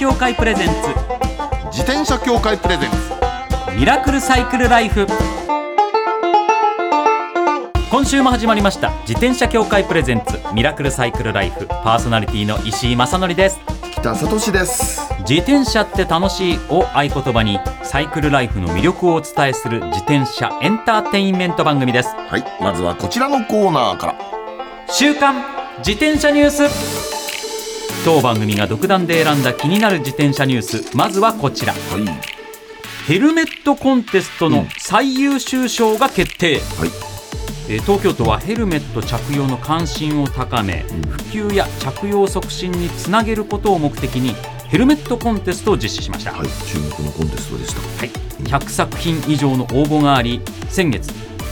協会プレゼンツ自転車協会プレゼンツミラクルサイクルライフ。今週も始まりました自転車協会プレゼンツミラクルサイクルライフ。パーソナリティの石井正則です。 北里です。 自転車って楽しいを合言葉にサイクルライフの魅力をお伝えする自転車エンターテインメント番組です。 はい、まずはこちらのコーナーから。 週刊自転車ニュース。当番組が独断で選んだ気になる自転車ニュース、まずはこちら、ヘルメットコンテストの最優秀賞が決定、東京都はヘルメット着用の関心を高め、普及や着用促進につなげることを目的にヘルメットコンテストを実施しました。 注目のコンテストでした。 100作品以上の応募があり、先月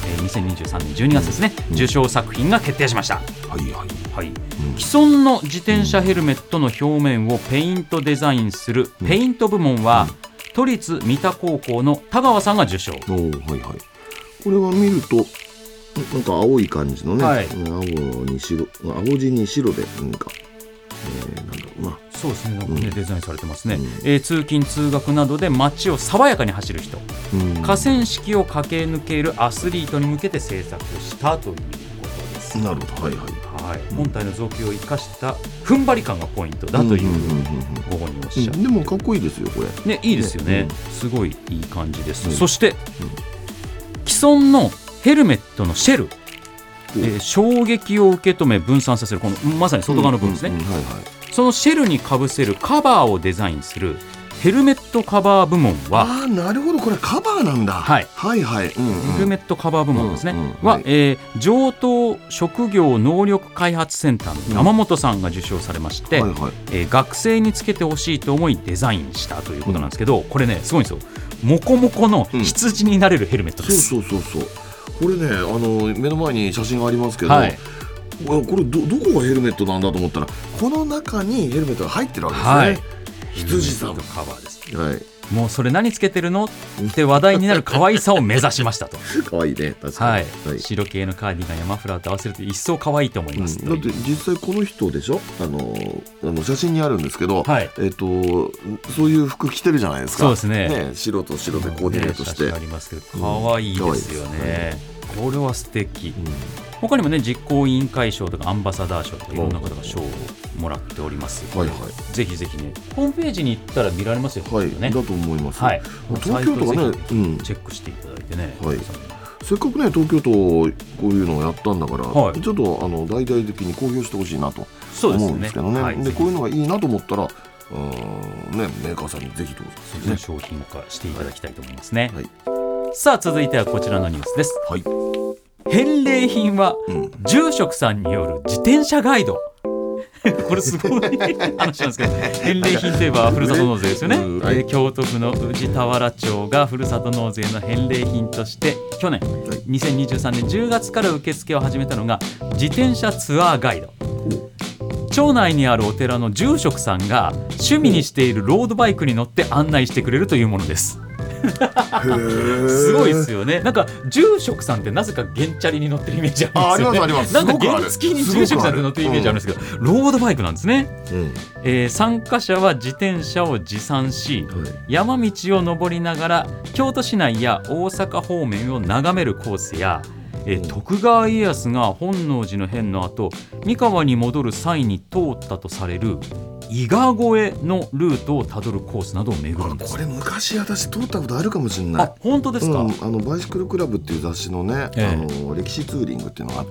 2023年12月ですね、受賞作品が決定しました。既存の自転車ヘルメットの表面をペイントデザインするペイント部門は、都立三田高校の田川さんが受賞。 これは見るとなんか青い感じのね、青地に白でなんだろうな。 そうですね、なんかね、デザインされてますね。通勤通学などで街を爽やかに走る人、河川敷を駆け抜けるアスリートに向けて制作したということです。 なるほど。 本体の造形を生かした踏ん張り感がポイントだというご本人おっしゃって、 でもかっこいいですよこれ、 いいですよね、すごいいい感じです。そして、既存のヘルメットのシェル、衝撃を受け止め分散させるこのまさに外側の部分ですね。そのシェルにかぶせるカバーをデザインするヘルメットカバー部門は、 なるほど、これカバーなんだ。ヘルメットカバー部門ですね、上東職業能力開発センターの山本さんが受賞されまして、学生につけてほしいと思いデザインしたということなんですけど、これねすごいんですよ。モコモコの羊になれるヘルメットです。 これね、目の前に写真がありますけど、これ どこがヘルメットなんだと思ったら、この中にヘルメットが入ってるわけですね。羊さんのカバーです。 もうそれ何つけてるのって話題になる可愛さを目指しましたと。 可愛いね、確かに。 白系のカーディガンやマフラーと合わせると一層可愛いと思います。 だって実際この人でしょ、写真にあるんですけど、そういう服着てるじゃないですか。 そうですね。 白と白でコーディネートして、 ありますけど可愛いですよね。これは素敵。他にもね、実行委員会賞とかアンバサダー賞とかいろんな方が賞をもらっております。ぜひぜひね、ホームページに行ったら見られますよね。 だと思います。 東京都がね、チェックしていただいてね。 せっかくね東京都こういうのをやったんだから、ちょっと大々的に公表してほしいなと思うんですけどね。でこういうのがいいなと思ったら、メーカーさんにぜひどうぞ商品化していただきたいと思いますね。さあ続いてはこちらのニュースです。返礼品は住職さんによる自転車ガイド。これすごい話なんですけど、返礼品といえばふるさと納税ですよね。京都府の宇治田原町がふるさと納税の返礼品として去年、2023年10月から受付を始めたのが自転車ツアーガイド。町内にあるお寺の住職さんが趣味にしているロードバイクに乗って案内してくれるというものです。すごいですよね。なんか住職さんってなぜか原チャリに乗ってるイメージありますよね。なんか原付に住職さんって乗ってるイメージあるんですけど、ロードバイクなんですね。参加者は自転車を持参し、山道を登りながら京都市内や大阪方面を眺めるコースや、徳川家康が本能寺の変の後三河に戻る際に通ったとされる伊賀越えのルートをたどるコースなどを巡るんです。 これ昔私通ったことあるかもしれない。 本当ですか。 バイシクルクラブっていう雑誌のね、歴史ツーリングっていうのがあって、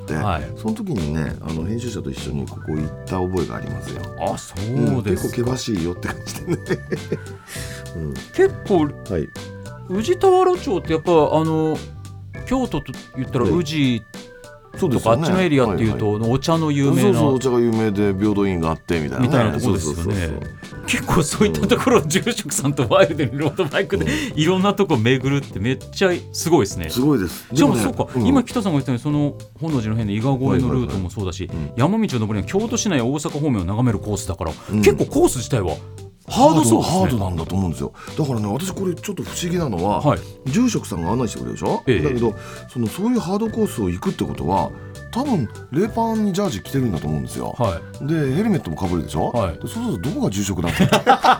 その時にね編集者と一緒にここ行った覚えがありますよ。 そうですか。 結構険しいよって感じでね結構、宇治田原町ってやっぱ京都と言ったら宇治とかあっちのエリアっていうとお茶の有名な、 お茶が有名で平等院があってみたいなところですよね。結構そういったところを住職さんとワイルドにロードバイクでいろんなとこ巡るってめっちゃすごいですね。 すごいです。 しかもそうか、今北さんが言ったようにその本能寺の変で伊賀越えのルートもそうだし、山道を登りに京都市内や大阪方面を眺めるコースだから、結構コース自体はハードそうですね。 ハードなんだと思うんですよ。だからね、私これちょっと不思議なのは、住職さんが案内してくれるでしょ。だけどそういうハードコースを行くってことは多分レーパンにジャージ着てるんだと思うんですよ、はい、でヘルメットもかぶるでしょ、はい、そうするとどこが住職だって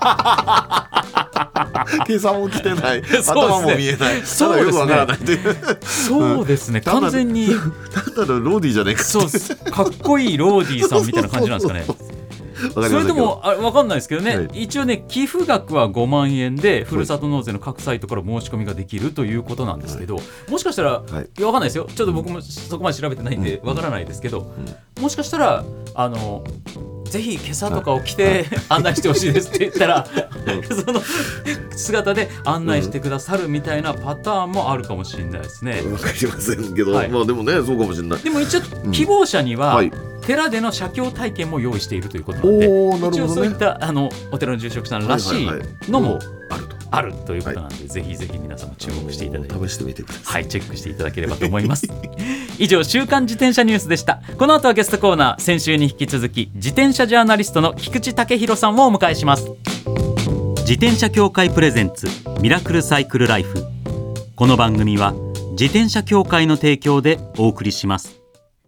計算も来てない、頭も見えない、ただよくわからないという。 そうですね、完全にただのローディーじゃないか。 そうかっこいいローディーさんみたいな感じなんですかね。それでも分かんないですけどね、はい、一応ね寄付額は5万円でふるさと納税の各サイトから申し込みができるということなんですけど、はい、もしかしたら、はい、いや分かんないですよ、ちょっと僕もそこまで調べてないんで分からないですけど、もしかしたらぜひ今朝とかを着て案内してほしいですって言ったらその姿で案内してくださるみたいなパターンもあるかもしれないですね。 わかりませんけど、はい、まあでもねそうかもしれない。 でも一応希望者には、はい、寺での写経体験も用意しているということなので、一応そういったお寺の住職さんらしいのもあるということなので、はい、ぜひぜひ皆さんも注目していただいて、 試してみてください。 はい、チェックしていただければと思います以上週刊自転車ニュースでした。この後はゲストコーナー、先週に引き続き自転車ジャーナリストの菊池武弘さんをお迎えします。自転車協会プレゼンツミラクルサイクルライフ。この番組は自転車協会の提供でお送りします。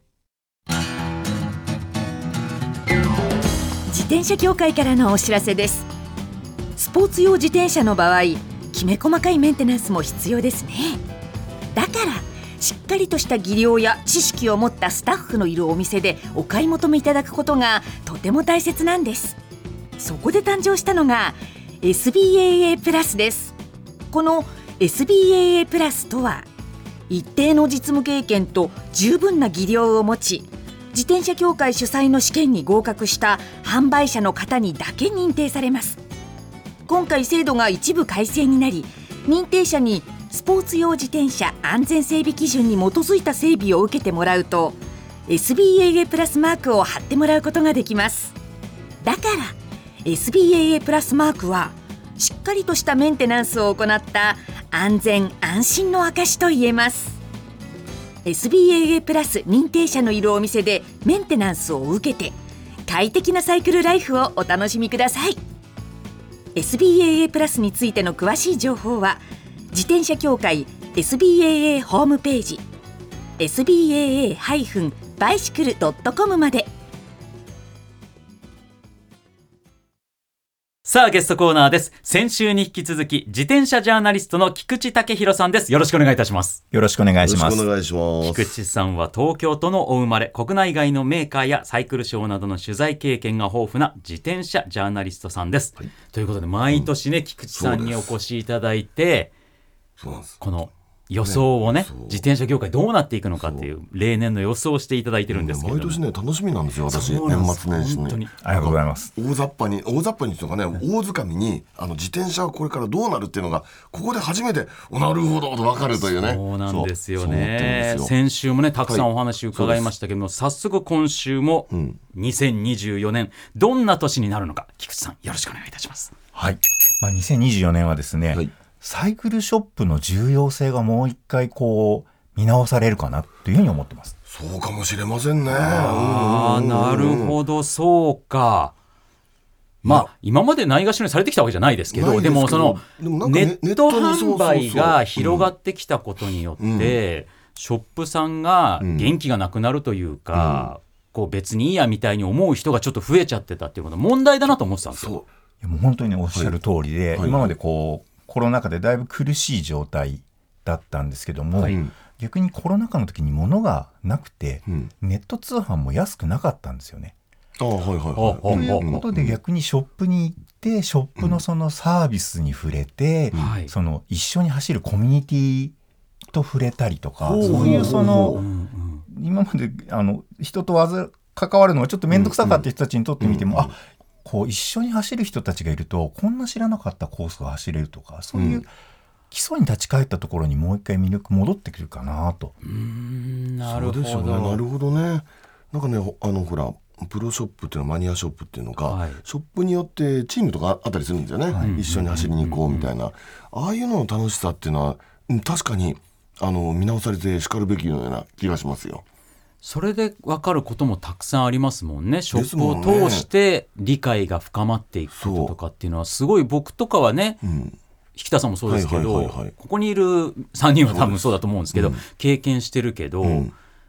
自転車協会からのお知らせです。スポーツ用自転車の場合、きめ細かいメンテナンスも必要ですね。だからしっかりとした技量や知識を持ったスタッフのいるお店でお買い求めいただくことがとても大切なんです。そこで誕生したのが SBAA プラスです。この SBAA プラスとは、一定の実務経験と十分な技量を持ち、自転車協会主催の試験に合格した販売者の方にだけ認定されます。今回制度が一部改正になり、認定者にスポーツ用自転車安全整備基準に基づいた整備を受けてもらうと SBAA プラスマークを貼ってもらうことができます。だから SBAA プラスマークはしっかりとしたメンテナンスを行った安全安心の証と言えます。 SBAA プラス認定者のいるお店でメンテナンスを受けて快適なサイクルライフをお楽しみください。 SBAA プラスについての詳しい情報は自転車協会 SBAA ホームページ SBAA-bicycle.com まで。 さあゲストコーナーです。先週に引き続き自転車ジャーナリストの菊池武弘さんです。よろしくお願いいたします。 よろしくお願いします。 菊池さんは東京都のお生まれ、国内外のメーカーやサイクルショーなどの取材経験が豊富な自転車ジャーナリストさんです、はい、ということで毎年ね、菊池さんにお越しいただいて、この予想をね、自転車業界どうなっていくのかっていう例年の予想をしていただいてるんですけど、 毎年ね楽しみなんですよ私。年末年始にありがとうございます。 大雑把にというかね、大掴みに自転車がこれからどうなるっていうのがここで初めてなるほどと分かるというね。 そうなんですよね。先週もねたくさんお話伺いましたけども、早速今週も2024年どんな年になるのか、菊池さんよろしくお願いいたします。 はい、2024年はですね、はい、サイクルショップの重要性がもう一回見直されるかなというふうに思ってます。 そうかもしれませんね。 なるほど、そうか。今までないがしろにされてきたわけじゃないですけど、でもそのネット販売が広がってきたことによって、ショップさんが元気がなくなるというか、別にいいやみたいに思う人がちょっと増えちゃってたっていうこと問題だなと思ってたんですよ。 いやもう本当におっしゃる通りで、今までコロナ禍でだいぶ苦しい状態だったんですけども、逆にコロナ禍の時に物がなくて、ネット通販も安くなかったんですよね。ということで逆にショップに行ってショップのそのサービスに触れて、その一緒に走るコミュニティと触れたりとか、そういう今まで人と関わるのがちょっと面倒くさかった人たちにとってみても、一緒に走る人たちがいるとこんな知らなかったコースが走れるとか、そういう基礎に立ち返ったところにもう一回魅力戻ってくるかなと。 なるほど。 そうでしょうね。なるほどね。なんかね、ほらプロショップっていうのはマニアショップっていうのが、ショップによってチームとかあったりするんですよね、一緒に走りに行こうみたいな、ああいうのの楽しさっていうのは確かに見直されてしかるべきような気がしますよ。 それで分かることもたくさんありますもんね。ショップを通して理解が深まっていくこととかっていうのはすごい、僕とかはね、引田さんもそうですけど、ここにいる3人は多分そうだと思うんですけど、経験してるけど、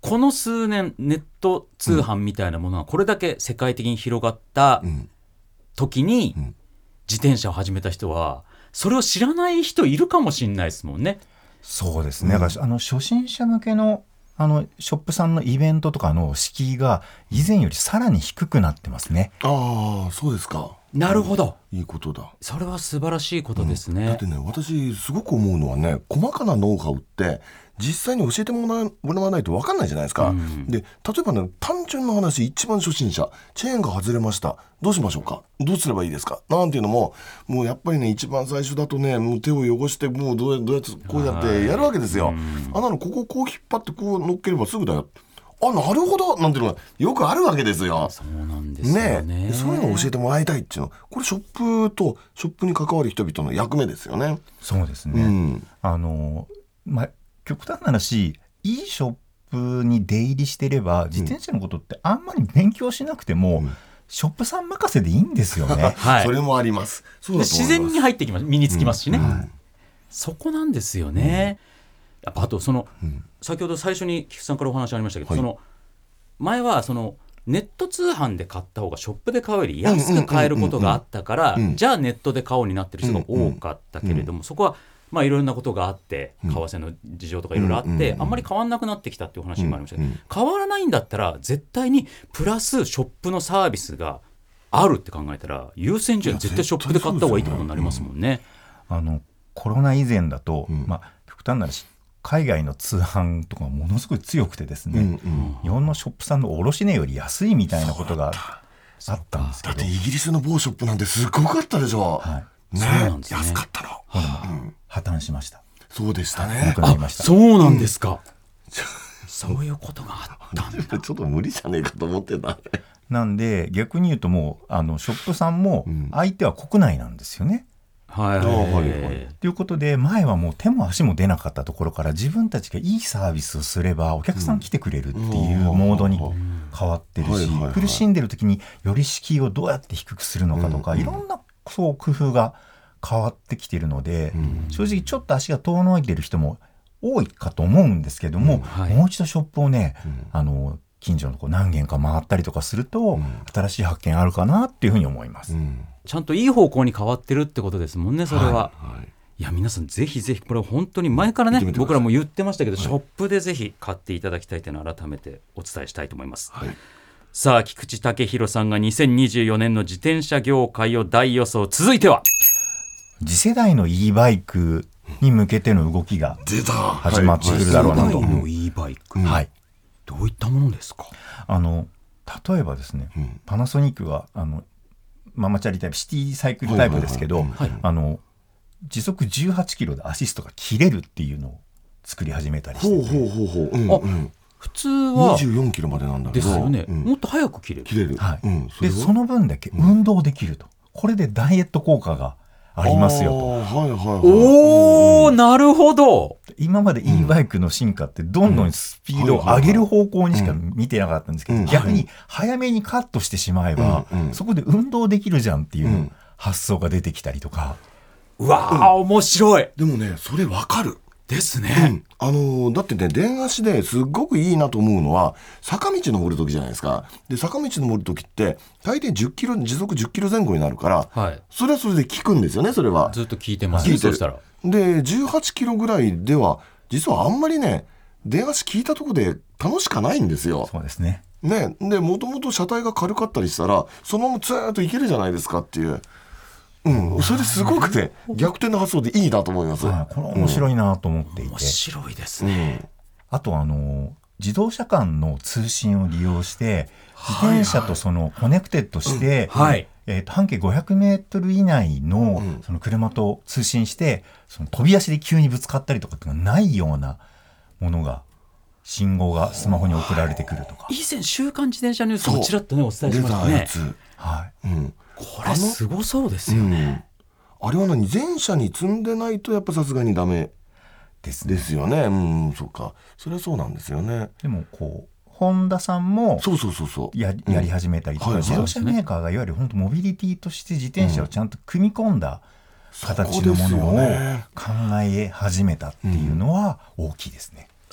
この数年ネット通販みたいなものがこれだけ世界的に広がった時に自転車を始めた人はそれを知らない人いるかもしれないですもんね。 そうですね、だから初心者向けのショップさんのイベントとかの敷居が以前よりさらに低くなってますね。 ああ、そうですか。 なるほど、 いいことだ。 それは素晴らしいことですね。 だってね、私すごく思うのはね、細かなノウハウって実際に教えてもらわないと分かんないじゃないですか、で例えばね、単純な話、一番初心者、チェーンが外れました、どうしましょうか、どうすればいいですかなんていうのも、もうやっぱりね、一番最初だとね、もう手を汚してもうどうやってこうやってやるわけですよ。あんなのここ引っ張ってこう乗っければすぐだよ、あ、なるほどなんていうのがよくあるわけですよ。 そうなんですよ ね。 そういうのを教えてもらいたいっていうの、これショップに関わる人々の役目ですよね。 そうですね、極端な話、いいショップに出入りしてれば自転車のことってあんまり勉強しなくても、ショップさん任せでいいんですよね。 はい、 それもあります。そうだと思います。 自然に入ってきます、身につきますしね、そこなんですよね。やっぱあと先ほど最初に菊池さんからお話ありましたけど、前はネット通販で買った方がショップで買うより安く買えることがあったから、じゃあネットで買おうになってる人が多かったけれども、そこはいろんなことがあって為替の事情とかいろいろあってあんまり変わらなくなってきたっていう話もありましたけど、変わらないんだったら絶対にプラスショップのサービスがあるって考えたら優先順位は絶対ショップで買った方がいいってことになりますもんね。 コロナ以前だと、極端な話、海外の通販とかものすごい強くてですね、日本のショップさんの卸値より安いみたいなことがあったんですけど、 だってイギリスの某ショップなんてすごかったでしょ、 そうなんですね、 安かったの。 破綻しました。 そうでしたね。 そうなんですか、そういうことがあったんだ。 ちょっと無理じゃねえかと思ってた。 なんで逆に言うともうショップさんも相手は国内なんですよね。ということで、前はもう手も足も出なかったところから自分たちがいいサービスをすればお客さん来てくれるっていうモードに変わってるし、苦しんでる時により敷居をどうやって低くするのかとか、いろんな工夫が変わってきているので、正直ちょっと足が遠のいてる人も多いかと思うんですけども、もう一度ショップをね、近所のとこ何軒か回ったりとかすると、新しい発見あるかなっていうふうに思います。 ちゃんといい方向に変わってるってことですもんね、それは。いや、皆さんぜひぜひ、これ本当に前からね、僕らも言ってましたけど、ショップでぜひ買っていただきたいというのを改めてお伝えしたいと思います。さあ、菊池武弘さんが2024年の自転車業界を大予想。続いては次世代の e バイクに向けての動きが始まってくるだろうなと。 次世代の e バイク、どういったものですか？ 例えばですね、パナソニックはママチャリタイプ、シティサイクルタイプですけど、時速18キロでアシストが切れるっていうのを作り始めたりしてて、 普通は 24キロまでなんだけどですよね、もっと早く切れる。 でその分だけ運動できると、これでダイエット効果がありますよと。 おー、なるほど。 今まで e バイクの進化ってどんどんスピードを上げる方向にしか見てなかったんですけど、逆に早めにカットしてしまえば、そこで運動できるじゃんっていう発想が出てきたりとか。 うわー、面白い。 でもね、それわかるですね。 だってね、電足ですっごくいいなと思うのは坂道登る時じゃないですか。で坂道登る時って大抵10キロ、時速10キロ前後になるから、それはそれで効くんですよね。それはずっと聞いてますね。そうしたらで18キロぐらいでは実はあんまりね、電足聞いたところで楽しかないんですよ。 そうですね。 でもともと車体が軽かったりしたらそのままずーっといけるじゃないですかっていう。それですごくて逆転の発想でいいなと思います。 これ面白いなと思っていて、 面白いですね。 あと自動車間の通信を利用して自転車とそのコネクテッドして、半径500メートル以内のその車と通信して、その飛び足で急にぶつかったりとかっていうのがないようなものが、信号がスマホに送られてくるとか。 以前週刊自転車ニュースもちらっとねお伝えしましたね。これすごそうですよね。 あれは前車に積んでないとやっぱさすがにダメですよね。そうか、それはそうなんですよね。 でもホンダさんもやり始めたりとか、自動車メーカーがいわゆる本当モビリティとして自転車をちゃんと組み込んだ形のものを考え始めたっていうのは大きいですね。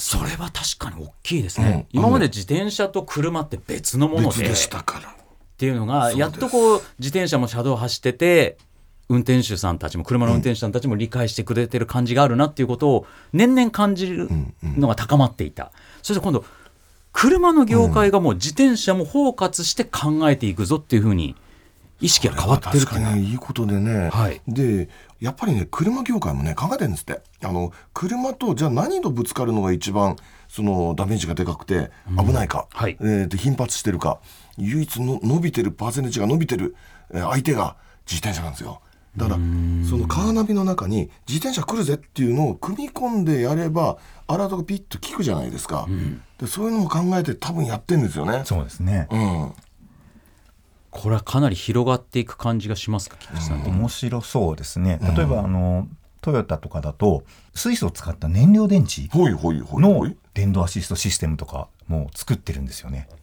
それは確かに大きいですね、今まで自転車と車って別のもので別でしたからっていうのがやっとこう自転車も車道を走ってて運転手さんたちも車の運転手さんたちも理解してくれてる感じがあるなっていうことを年々感じるのが高まっていた、そして今度車の業界がもう自転車も包括して考えていくぞっていうふうに意識が変わってるっていうのは確かにいいことでね、はい、でやっぱりね車業界もね考えてるんですって。車とじゃあ何とぶつかるのが一番そのダメージがでかくて危ないか、はい、で頻発してるか、唯一の伸びてるパーセンテージが伸びてる相手が自転車なんですよ。だからそのカーナビの中に自転車来るぜっていうのを組み込んでやればアラートがピッと効くじゃないですか、でそういうのも考えて多分やってるんですよね。 そうですね、 これはかなり広がっていく感じがしますか、菊池さん。 面白そうですね。例えばトヨタとかだと水素を使った燃料電池の電動アシストシステムとかも作ってるんですよね。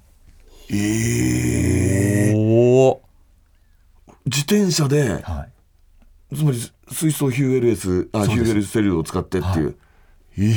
自転車で、はい、つまり水素ヒューエルセルを使ってっていう、はい、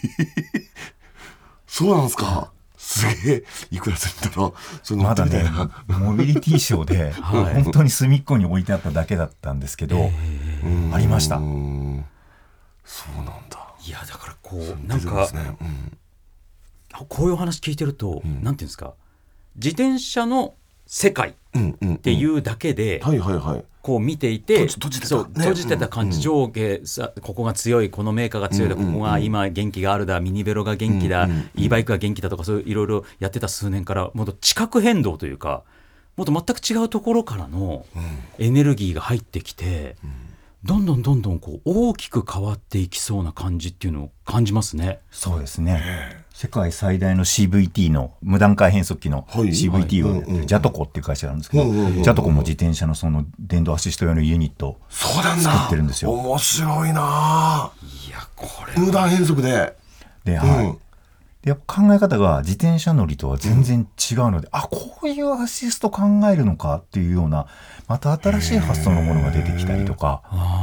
そうなんですか、はい、すげえいくらするんだろう。 まだねモビリティショーで本当に隅っこに置いてあっただけだったんですけど、ありました。そうなんだ。 いやだからこうなんか、こういうお話聞いてると、なんていうんですか、自転車の世界っていうだけでこう見ていて閉じてた感じ、上下ここが強い、このメーカーが強いだ、ここが今元気があるだ、ミニベロが元気だ、e バイクが元気だとか、そういういろいろやってた数年からもっと地殻変動というか、もっと全く違うところからのエネルギーが入ってきて、どんどんこう大きく変わっていきそうな感じっていうのを感じますね。 そうですね。世界最大の CVT の無段階変速機の CVT をやってるジャトコっていう会社があるんですけど、ジャトコも自転車のその電動アシスト用のユニットを作ってるんですよ。 面白いな。いやこれ無段変速で、 やっぱ考え方が自転車乗りとは全然違うので、こういうアシスト考えるのかっていうような、また新しい発想のものが出てきたりとか。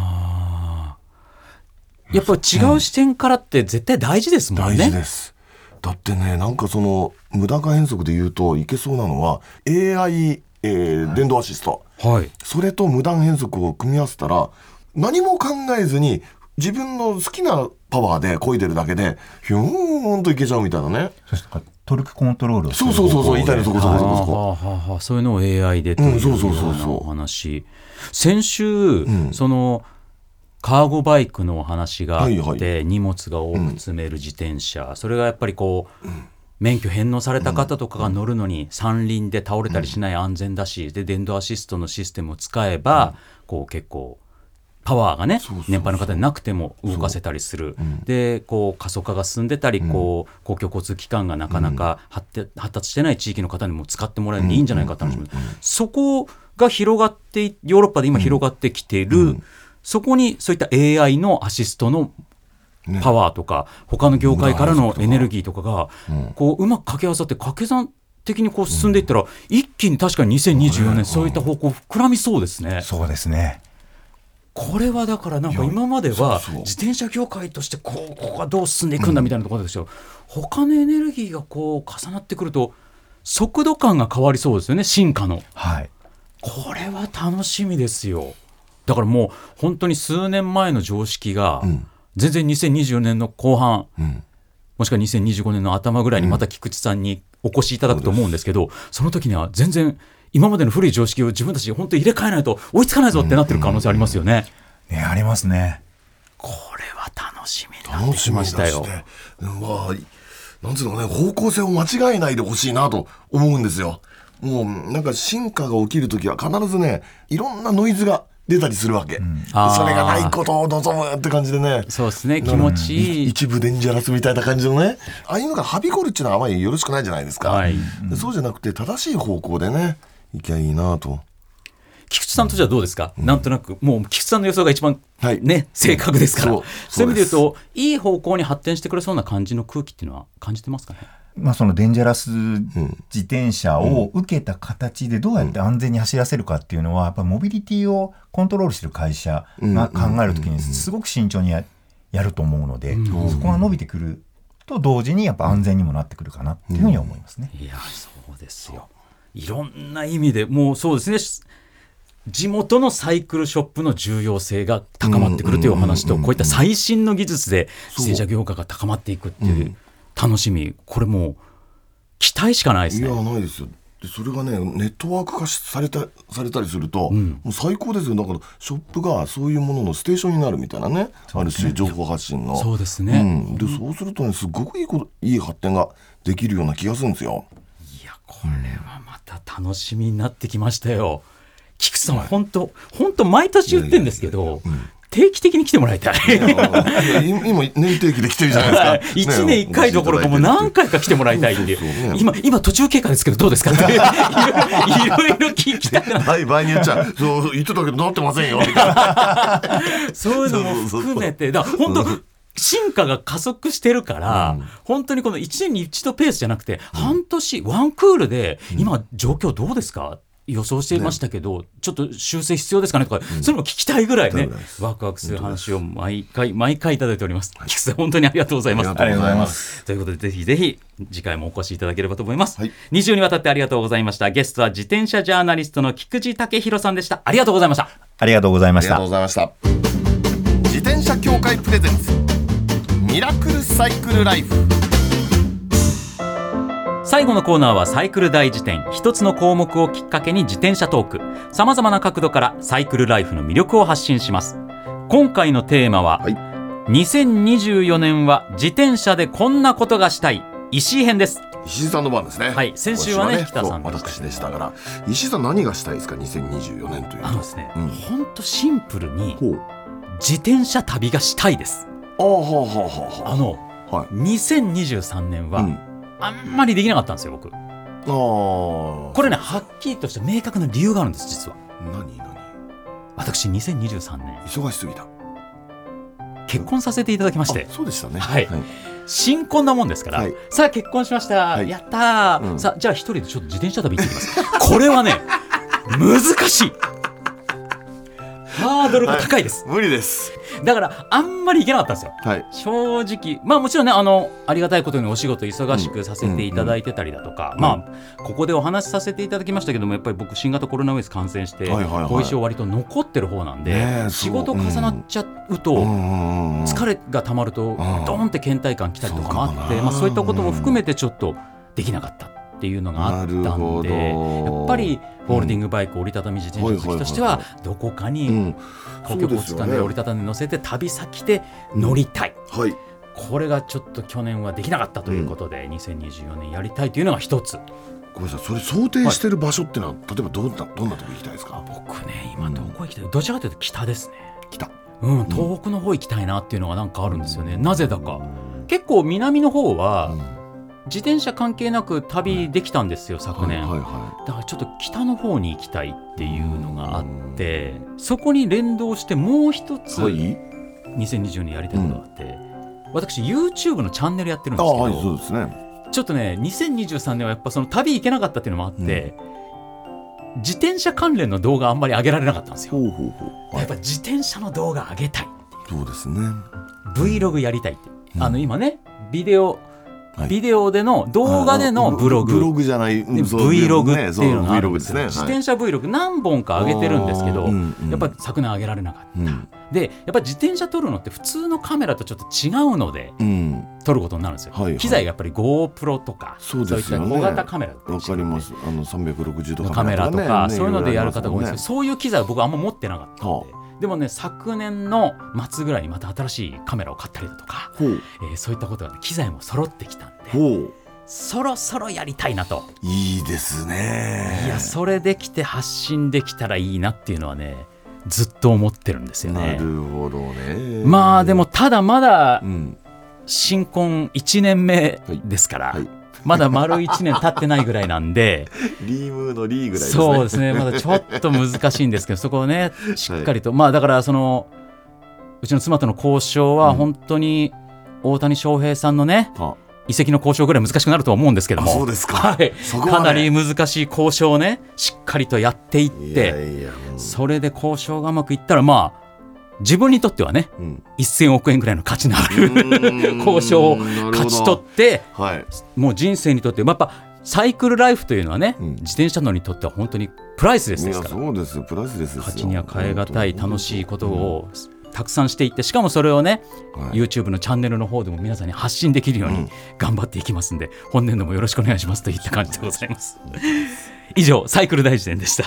やっぱり違う視点からって絶対大事ですもんね。 大事です。だってね、なんかその無段階変速で言うといけそうなのは AI、電動アシスト、それと無段変速を組み合わせたら何も考えずに自分の好きなパワーで漕いでるだけでヒューンといけちゃうみたいなね。 トルクコントロールをする。 そう言いたいのそこそういうのを AI でというようなお話。先週、そのカーゴバイクのお話があって、荷物が多く積める自転車、それがやっぱりこう、免許返納された方とかが乗るのに三輪で倒れたりしない安全だし、で電動アシストのシステムを使えば、こう結構パワーがね、年配の方になくても動かせたりする。でこう過疎化が進んでたり、こう公共交通機関がなかなか発達してない地域の方にも使ってもらえるのいいんじゃないかって話、そこが広がってヨーロッパで今広がってきてる、そこにそういった AI のアシストのパワーとか、他の業界からのエネルギーとかがこううまく掛け合わさって掛け算的にこう進んでいったら、一気に確かに2024年そういった方向膨らみそうですね。 そうですね。 これはだからなんか今までは自転車業界としてここがどう進んでいくんだみたいなところですよ、他のエネルギーがこう重なってくると速度感が変わりそうですよね、進化の。これは楽しみですよ。だからもう本当に数年前の常識が全然2024年の後半、もしくは2025年の頭ぐらいにまた菊池さんにお越しいただくと思うんですけど、その時には全然今までの古い常識を自分たちで本当に入れ替えないと追いつかないぞってなってる可能性ありますよね。 ありますね。 これは楽しみになってきましたよ。 なんつうのね、方向性を間違えないでほしいなと思うんですよ。もうなんか進化が起きるときは必ずね、いろんなノイズが出たりするわけ、それがないことを望むって感じでね。 そうですね、気持ちいい、 一部デンジャラスみたいな感じのね、ああいうのがはびこるっていうのはあまりよろしくないじゃないですか、そうじゃなくて正しい方向でねいきゃいいなと。 菊池さんとしてはどうですか、なんとなくもう菊池さんの予想が一番、正確ですから、そういう意味で言うといい方向に発展してくれそうな感じの空気っていうのは感じてますかね。 そのデンジャラス自転車を受けた形でどうやって安全に走らせるかっていうのは、やっぱりモビリティをコントロールしている会社が考えるときにすごく慎重に やると思うので、そこが伸びてくるとと同時にやっぱ安全にもなってくるかなっていうふうに思いますね。 いやそうですよ。いろんな意味でもうそうですね、地元のサイクルショップの重要性が高まってくるというお話と、こういった最新の技術で自転車業界が高まっていくっていう楽しみ、これもう期待しかないですね。 いやないですよ。でそれがねネットワーク化されたりすると、もう最高ですよ。だからショップがそういうもののステーションになるみたいなね、あるし情報発信の。 そうですね、 でそうするとねすごくいい発展ができるような気がするんですよ。 いやこれはまた楽しみになってきましたよ。菊池さん、本当毎年言ってるんですけど、定期的に来てもらいたい。 今年定期で来てるじゃないですか。 1年1回どころかもう何回か来てもらいたいっていう。今途中経過ですけどどうですかっていろいろ聞きたくなる。 場合によっちゃそう言ってたけどなってませんよみたいな。 そういうのも含めてだ本当進化が加速してるから、本当にこの1年に1度ペースじゃなくて、半年ワンクールで今状況どうですか予想していましたけど、ちょっと修正必要ですかねとか、それも聞きたいぐらいね、ワクワクする話を毎回いただいております。菊池さん本当にありがとうございます。 ありがとうございます。 ということでぜひぜひ次回もお越しいただければと思います。2週にわたってありがとうございました。ゲストは自転車ジャーナリストの菊池武弘さんでした。ありがとうございました。 ありがとうございました。 ありがとうございました。自転車協会プレゼンツミラクルサイクルライフ。 最後のコーナーはサイクル大辞典。一つの項目をきっかけに自転車トーク、さまざまな角度からサイクルライフの魅力を発信します。今回のテーマは、2024年は自転車でこんなことがしたい、石井編です。 石井さんの番ですね。 はい、先週はね北さんでした。 私でしたから、石井さん何がしたいですか2024年というと。 ですね、本当シンプルに自転車旅がしたいです。2023年は、あんまりできなかったんですよ僕。これねはっきりとした明確な理由があるんです。実は私2023年忙しすぎた結婚させていただきまして。 そうでしたね。 新婚なもんですから、さあ結婚しました、やったー、さあじゃあ一人でちょっと自転車旅行ってきますこれはね難しい、ハードルが高いです。 無理です。 だからあんまりいけなかったんですよ、正直。もちろんねありがたいことにお仕事忙しくさせていただいてたりだとか、ここでお話しさせていただきましたけども、やっぱり僕新型コロナウイルス感染して後遺症割と残ってる方なんで、仕事重なっちゃうと疲れがたまるとドーンって倦怠感きたりとかもあって、そういったことも含めてちょっとできなかったっていうのがあったんで、やっぱりフォールディングバイク、折りたたみ自転車好きとしてはどこかに公共交通機関で折りたたんで乗せて旅先で乗りたい、これがちょっと去年はできなかったということで、2024年やりたいというのが一つ。 ごめんなさい、それ想定してる場所ってのは、例えばどんなとこ行きたいですか？ 僕ね今どこ行きたい、どちらかというと北ですね。 北、 東北の方行きたいなっていうのがなんかあるんですよね。なぜだか結構南の方は、自転車関係なく旅できたんですよ、昨年。だからちょっと北の方に行きたいっていうのがあって、そこに連動してもう一つ、2020年やりたいことがあって、私 YouTube のチャンネルやってるんですけど、 そうですね、 ちょっとね2023年はやっぱその旅行けなかったっていうのもあって、自転車関連の動画あんまり上げられなかったんですよ。やっぱ自転車の動画上げたいっていう。 そうですね、 Vlog やりたいって、今ねビデオでの動画でのブログじゃない、 Vlog っていうのがあるんですよ。 ね、 自転車 Vlog 何本か上げてるんですけど、やっぱり昨年上げられなかった、でやっぱり自転車撮るのって普通のカメラとちょっと違うので、撮ることになるんですよ、機材がやっぱり GoPro とか、そういった小型カメラとか、 わかります、360度カメラとか、そういうのでやる方が多いんですけど、そういう機材は僕はあんま持ってなかったんで、でもね昨年の末ぐらいにまた新しいカメラを買ったりだとか、そういったことが、機材も揃ってきたんで、そろそろやりたいなと。 いいですね。 いや、それできて発信できたらいいなっていうのはねずっと思ってるんですよね。 なるほどね。 でもただまだ新婚1年目ですから、まだ丸1年経ってないぐらいなんでリームのリーぐらいですね。 そうですね、まだちょっと難しいんですけどそこをねしっかりと、だからうちの妻との交渉は本当に大谷翔平さんのね、移籍の交渉ぐらい難しくなると思うんですけども、 そうですか、 かなり難しい交渉をねしっかりとやっていって、それで交渉がうまくいったら自分にとってはね、1000億円ぐらいの価値のある交渉を勝ち取って、もう人生にとってやっぱサイクルライフというのはね、自転車乗りにとっては本当にプライスレスですから。 そうです、プライスレスですよ。 価値には代え難い楽しいことをたくさんしていって、しかもそれをね、YouTube のチャンネルの方でも皆さんに発信できるように頑張っていきますんで、本年度もよろしくお願いしますといった感じでございます以上、サイクル大辞典でした。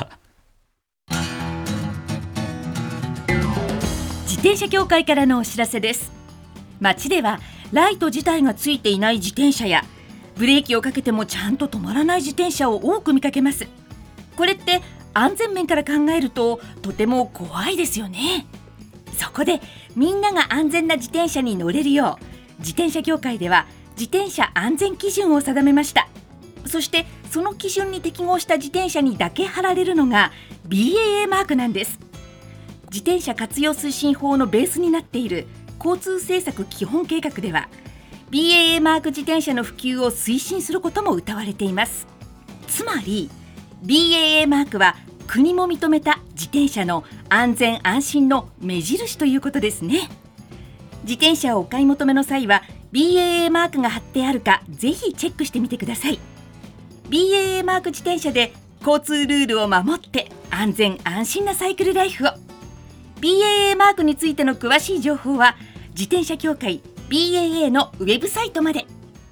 自転車協会からのお知らせです。街ではライト自体がついていない自転車や、ブレーキをかけてもちゃんと止まらない自転車を多く見かけます。これって安全面から考えるととても怖いですよね。そこでみんなが安全な自転車に乗れるよう、自転車協会では自転車安全基準を定めました。そしてその基準に適合した自転車にだけ貼られるのが BAA マークなんです。自転車活用推進法のベースになっている交通政策基本計画では BAA マーク自転車の普及を推進することも謳われています。つまり BAA マークは国も認めた自転車の安全安心の目印ということですね。自転車をお買い求めの際は BAA マークが貼ってあるかぜひチェックしてみてください。 BAA マーク自転車で交通ルールを守って安全安心なサイクルライフを。 BAA マークについての詳しい情報は自転車協会 BAA のウェブサイトまで。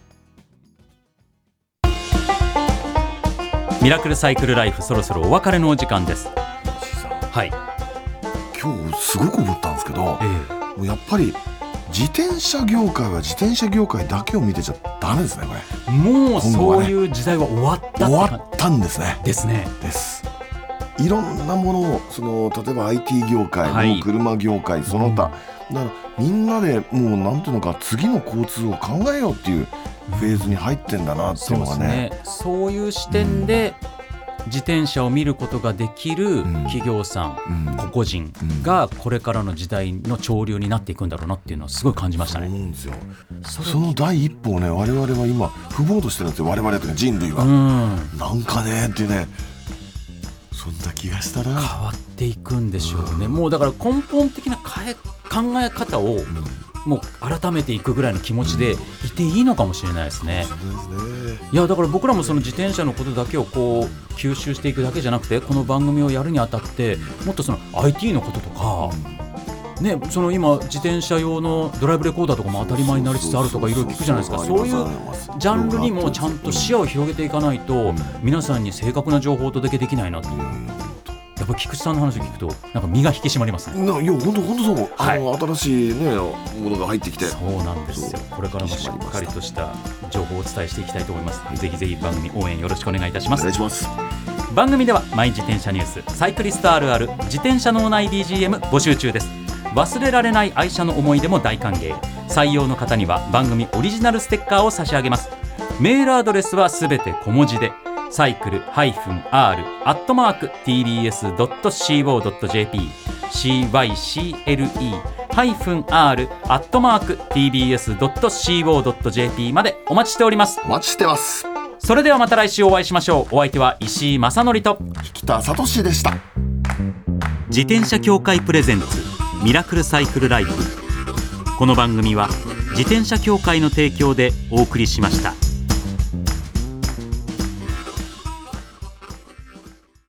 ミラクルサイクルライフ、そろそろお別れのお時間です。はい、 今日すごく思ったんですけど、もうやっぱり自転車業界は自転車業界だけを見てちゃダメですね。これもうそういう時代は終わった、 終わったんですね。 ですね。 です。いろんなものを例えば IT 業界、車業界、その他、だからみんなでもうなんていうのか次の交通を考えようっていうフェーズに入ってんだなっていうのがね。 そういう視点で自転車を見ることができる企業さん、個々人がこれからの時代の潮流になっていくんだろうなっていうのはすごい感じましたね。 そうなんですよ。その第一歩をね、我々は今踏もうとしてるんですよ。我々というか人類は、なんかねってね、そんな気がしたな。 変わっていくんでしょうね。もうだから根本的な考え方をもう改めていくぐらいの気持ちでいていいのかもしれないですね。いやだから僕らもその自転車のことだけをこう吸収していくだけじゃなくて、この番組をやるにあたってもっとその IT のこととか、ね、その今自転車用のドライブレコーダーとかも当たり前になりつつあるとかいろいろ聞くじゃないですか。そういうジャンルにもちゃんと視野を広げていかないと皆さんに正確な情報をお届けできないなっていう。やっぱ菊池さんの話を聞くとなんか身が引き締まりますね。 いや本当そう、新しい、ね、ものが入ってきて。 そうなんですよ。これからもしっかりとした情報をお伝えしていきたいと思います。ぜひぜひ番組応援よろしくお願いいたします。 お願いします。 番組ではマイ自転車ニュース、サイクリストあるある、自転車脳内 BGM 募集中です。忘れられない愛車の思い出も大歓迎。採用の方には番組オリジナルステッカーを差し上げます。メールアドレスはすべて小文字でサイクル-r@tbs.co.jp cycler-r@tbs.co.jp までお待ちしております。 お待ちしてます。 それではまた来週お会いしましょう。お相手は石井正則と引田聡でした。 自転車協会プレゼンツミラクルサイクルライフ。この番組は自転車協会の提供でお送りしました。